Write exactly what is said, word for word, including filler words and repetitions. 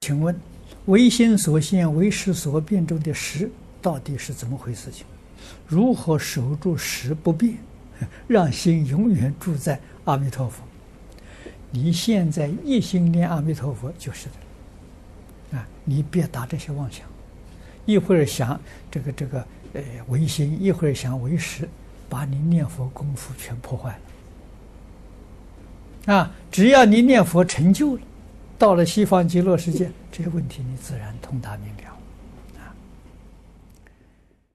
请问，唯心所现、唯识所变中的识到底是怎么回事情？如何守住识不变，让心永远住在阿弥陀佛？你现在一心念阿弥陀佛就是的，啊，你别打这些妄想，一会儿想这个这个呃唯心，一会儿想唯识，把你念佛功夫全破坏了。啊，只要你念佛成就了，到了西方极乐世界，这些问题你自然通达明了。